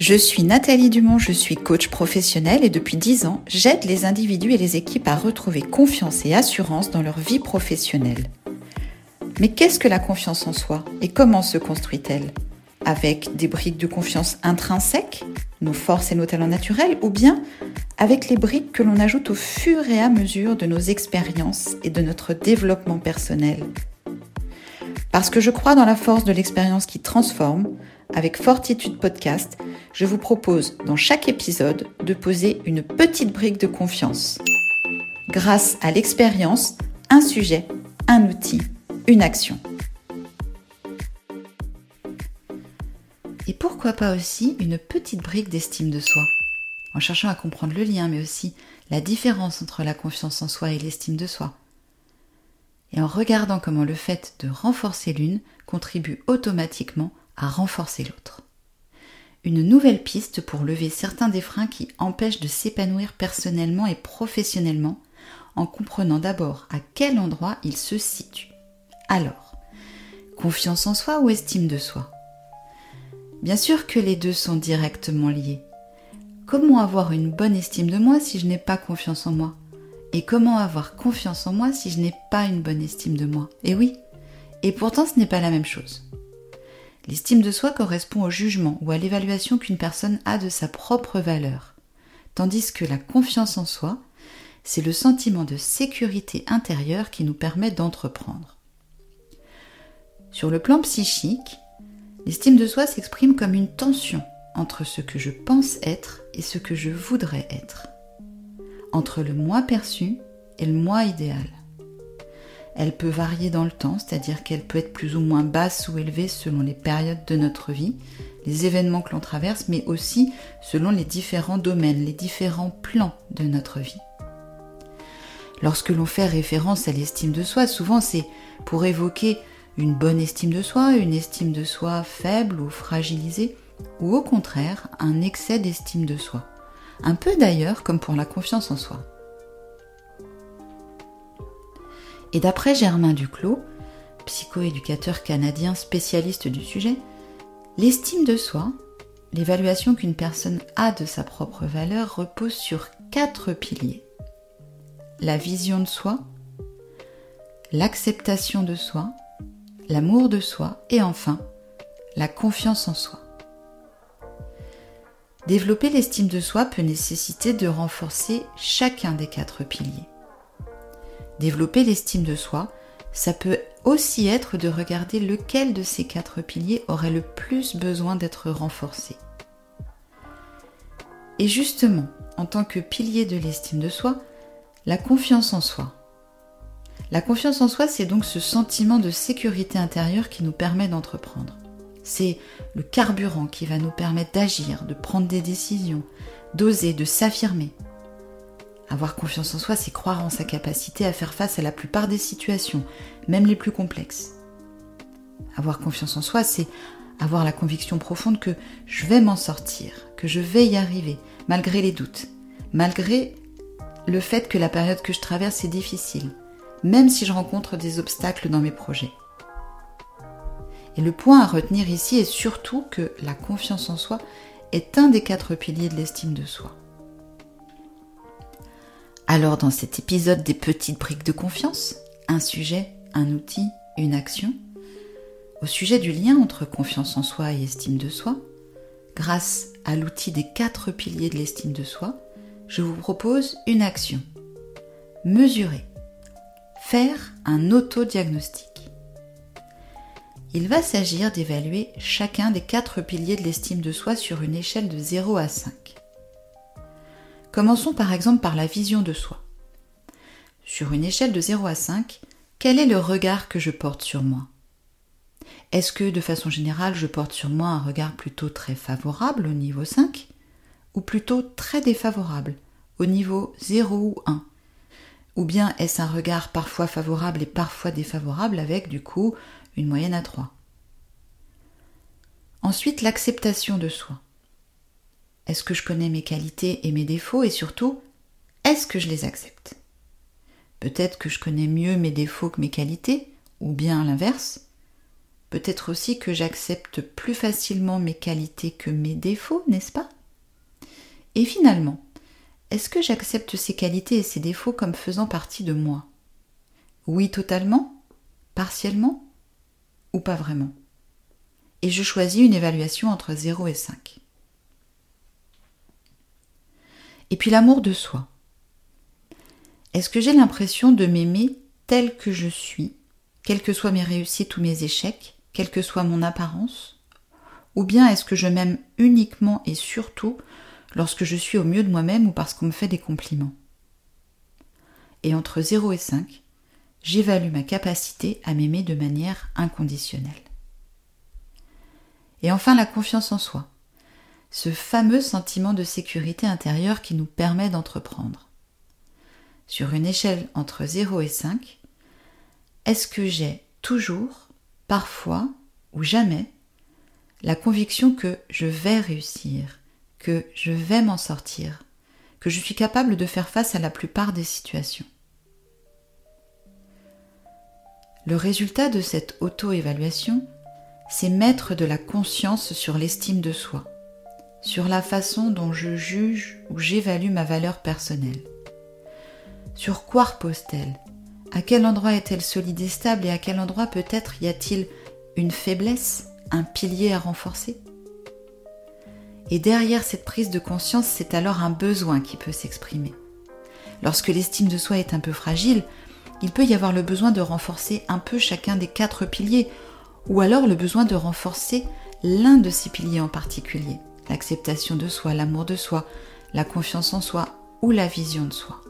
Je suis Nathalie Dumont, je suis coach professionnelle et depuis 10 ans, j'aide les individus et les équipes à retrouver confiance et assurance dans leur vie professionnelle. Mais qu'est-ce que la confiance en soi et comment se construit-elle ? Avec des briques de confiance intrinsèques, nos forces et nos talents naturels, ou bien avec les briques que l'on ajoute au fur et à mesure de nos expériences et de notre développement personnel ? Parce que je crois dans la force de l'expérience qui transforme, avec Fortitude Podcast, je vous propose dans chaque épisode de poser une petite brique de confiance. Grâce à l'expérience, un sujet, un outil, une action. Et pourquoi pas aussi une petite brique d'estime de soi, en cherchant à comprendre le lien, mais aussi la différence entre la confiance en soi et l'estime de soi. Et en regardant comment le fait de renforcer l'une contribue automatiquement à renforcer l'autre. Une nouvelle piste pour lever certains des freins qui empêchent de s'épanouir personnellement et professionnellement en comprenant d'abord à quel endroit il se situe. Alors, confiance en soi ou estime de soi ? Bien sûr que les deux sont directement liés. Comment avoir une bonne estime de moi si je n'ai pas confiance en moi ? Et comment avoir confiance en moi si je n'ai pas une bonne estime de moi ? Et oui, et pourtant ce n'est pas la même chose. L'estime de soi correspond au jugement ou à l'évaluation qu'une personne a de sa propre valeur, tandis que la confiance en soi, c'est le sentiment de sécurité intérieure qui nous permet d'entreprendre. Sur le plan psychique, l'estime de soi s'exprime comme une tension entre ce que je pense être et ce que je voudrais être, entre le moi perçu et le moi idéal. Elle peut varier dans le temps, c'est-à-dire qu'elle peut être plus ou moins basse ou élevée selon les périodes de notre vie, les événements que l'on traverse, mais aussi selon les différents domaines, les différents plans de notre vie. Lorsque l'on fait référence à l'estime de soi, souvent c'est pour évoquer une bonne estime de soi, une estime de soi faible ou fragilisée, ou au contraire un excès d'estime de soi. Un peu d'ailleurs comme pour la confiance en soi. Et d'après Germain Duclos, psychoéducateur canadien spécialiste du sujet, l'estime de soi, l'évaluation qu'une personne a de sa propre valeur, repose sur 4 piliers. La vision de soi, l'acceptation de soi, l'amour de soi et enfin, la confiance en soi. Développer l'estime de soi peut nécessiter de renforcer chacun des 4 piliers. Développer l'estime de soi, ça peut aussi être de regarder lequel de ces 4 piliers aurait le plus besoin d'être renforcé. Et justement, en tant que pilier de l'estime de soi, la confiance en soi. La confiance en soi, c'est donc ce sentiment de sécurité intérieure qui nous permet d'entreprendre. C'est le carburant qui va nous permettre d'agir, de prendre des décisions, d'oser, de s'affirmer. Avoir confiance en soi, c'est croire en sa capacité à faire face à la plupart des situations, même les plus complexes. Avoir confiance en soi, c'est avoir la conviction profonde que je vais m'en sortir, que je vais y arriver, malgré les doutes, malgré le fait que la période que je traverse est difficile, même si je rencontre des obstacles dans mes projets. Et le point à retenir ici est surtout que la confiance en soi est un des 4 piliers de l'estime de soi. Alors dans cet épisode des petites briques de confiance, un sujet, un outil, une action, au sujet du lien entre confiance en soi et estime de soi, grâce à l'outil des 4 piliers de l'estime de soi, je vous propose une action. Mesurer. Faire un autodiagnostic. Il va s'agir d'évaluer chacun des 4 piliers de l'estime de soi sur une échelle de 0 à 5. Commençons par exemple par la vision de soi. Sur une échelle de 0 à 5, quel est le regard que je porte sur moi ? Est-ce que de façon générale, je porte sur moi un regard plutôt très favorable au niveau 5 ou plutôt très défavorable au niveau 0 ou 1 ? Ou bien est-ce un regard parfois favorable et parfois défavorable avec du coup une moyenne à 3 ? Ensuite, l'acceptation de soi. Est-ce que je connais mes qualités et mes défauts et surtout, est-ce que je les accepte ? Peut-être que je connais mieux mes défauts que mes qualités, ou bien l'inverse. Peut-être aussi que j'accepte plus facilement mes qualités que mes défauts, n'est-ce pas? Et finalement, est-ce que j'accepte ces qualités et ces défauts comme faisant partie de moi? Oui, totalement? Partiellement? Ou pas vraiment? Et je choisis une évaluation entre 0 et 5. Et puis l'amour de soi. Est-ce que j'ai l'impression de m'aimer tel que je suis, quelles que soient mes réussites ou mes échecs, quelle que soit mon apparence? Ou bien est-ce que je m'aime uniquement et surtout lorsque je suis au mieux de moi-même ou parce qu'on me fait des compliments? Et entre 0 et 5, j'évalue ma capacité à m'aimer de manière inconditionnelle. Et enfin, la confiance en soi, ce fameux sentiment de sécurité intérieure qui nous permet d'entreprendre. Sur une échelle entre 0 et 5, est-ce que j'ai toujours, parfois ou jamais, la conviction que je vais réussir, que je vais m'en sortir, que je suis capable de faire face à la plupart des situations? Le résultat de cette auto-évaluation, c'est mettre de la conscience sur l'estime de soi, sur la façon dont je juge ou j'évalue ma valeur personnelle. Sur quoi repose-t-elle? À quel endroit est-elle solide et stable et à quel endroit peut-être y a-t-il une faiblesse, un pilier à renforcer? Et derrière cette prise de conscience, c'est alors un besoin qui peut s'exprimer. Lorsque l'estime de soi est un peu fragile, il peut y avoir le besoin de renforcer un peu chacun des 4 piliers, ou alors le besoin de renforcer l'un de ces piliers en particulier, l'acceptation de soi, l'amour de soi, la confiance en soi ou la vision de soi.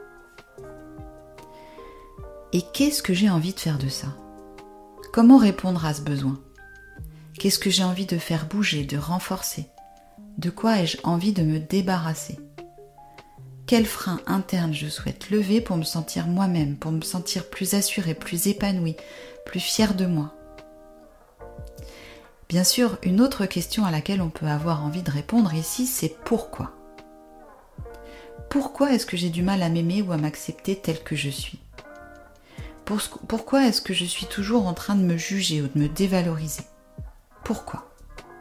Et qu'est-ce que j'ai envie de faire de ça? Comment répondre à ce besoin? Qu'est-ce que j'ai envie de faire bouger, de renforcer? De quoi ai-je envie de me débarrasser? Quel frein interne je souhaite lever pour me sentir moi-même, pour me sentir plus assurée, plus épanouie, plus fière de moi? Bien sûr, une autre question à laquelle on peut avoir envie de répondre ici, c'est pourquoi? Pourquoi est-ce que j'ai du mal à m'aimer ou à m'accepter tel que je suis? Pourquoi est-ce que je suis toujours en train de me juger ou de me dévaloriser? Pourquoi?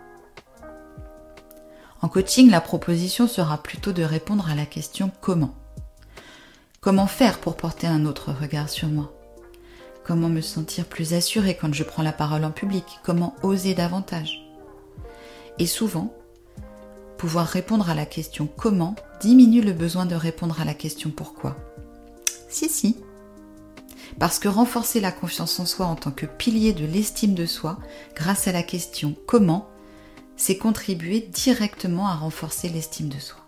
En coaching, la proposition sera plutôt de répondre à la question comment. Comment faire pour porter un autre regard sur moi? Comment me sentir plus assurée quand je prends la parole en public? Comment oser davantage? Et souvent, pouvoir répondre à la question comment diminue le besoin de répondre à la question pourquoi. Si. Parce que renforcer la confiance en soi en tant que pilier de l'estime de soi, grâce à la question comment, c'est contribuer directement à renforcer l'estime de soi.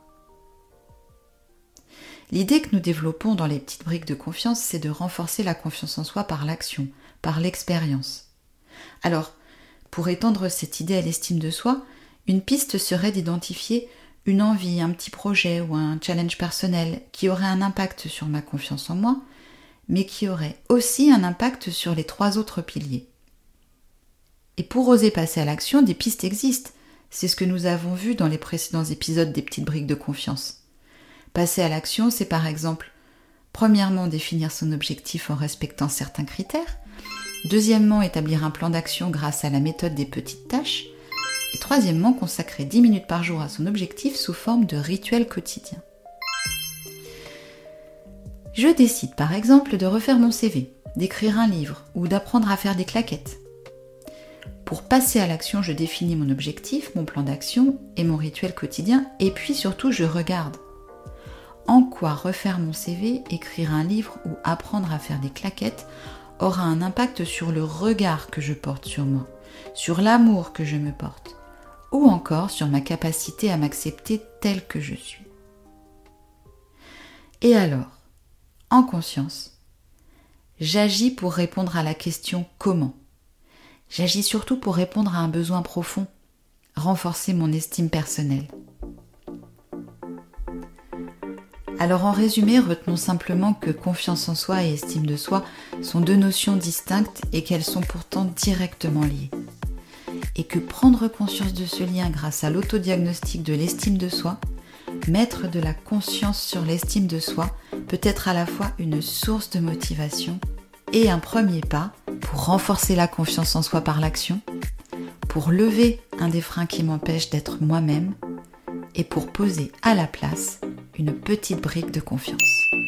L'idée que nous développons dans les petites briques de confiance, c'est de renforcer la confiance en soi par l'action, par l'expérience. Alors, pour étendre cette idée à l'estime de soi, une piste serait d'identifier une envie, un petit projet ou un challenge personnel qui aurait un impact sur ma confiance en moi, mais qui aurait aussi un impact sur les 3 autres piliers. Et pour oser passer à l'action, des pistes existent. C'est ce que nous avons vu dans les précédents épisodes des petites briques de confiance. Passer à l'action, c'est par exemple, premièrement, définir son objectif en respectant certains critères. Deuxièmement, établir un plan d'action grâce à la méthode des petites tâches. Et troisièmement, consacrer 10 minutes par jour à son objectif sous forme de rituel quotidien. Je décide par exemple de refaire mon CV, d'écrire un livre ou d'apprendre à faire des claquettes. Pour passer à l'action, je définis mon objectif, mon plan d'action et mon rituel quotidien et puis surtout je regarde. En quoi refaire mon CV, écrire un livre ou apprendre à faire des claquettes aura un impact sur le regard que je porte sur moi, sur l'amour que je me porte ou encore sur ma capacité à m'accepter telle que je suis. Et alors, en conscience, j'agis pour répondre à la question comment. J'agis surtout pour répondre à un besoin profond, renforcer mon estime personnelle. Alors en résumé, retenons simplement que confiance en soi et estime de soi sont 2 notions distinctes et qu'elles sont pourtant directement liées. Et que prendre conscience de ce lien grâce à l'autodiagnostic de l'estime de soi, mettre de la conscience sur l'estime de soi peut être à la fois une source de motivation et un premier pas pour renforcer la confiance en soi par l'action, pour lever un des freins qui m'empêche d'être moi-même et pour poser à la place une petite brique de confiance.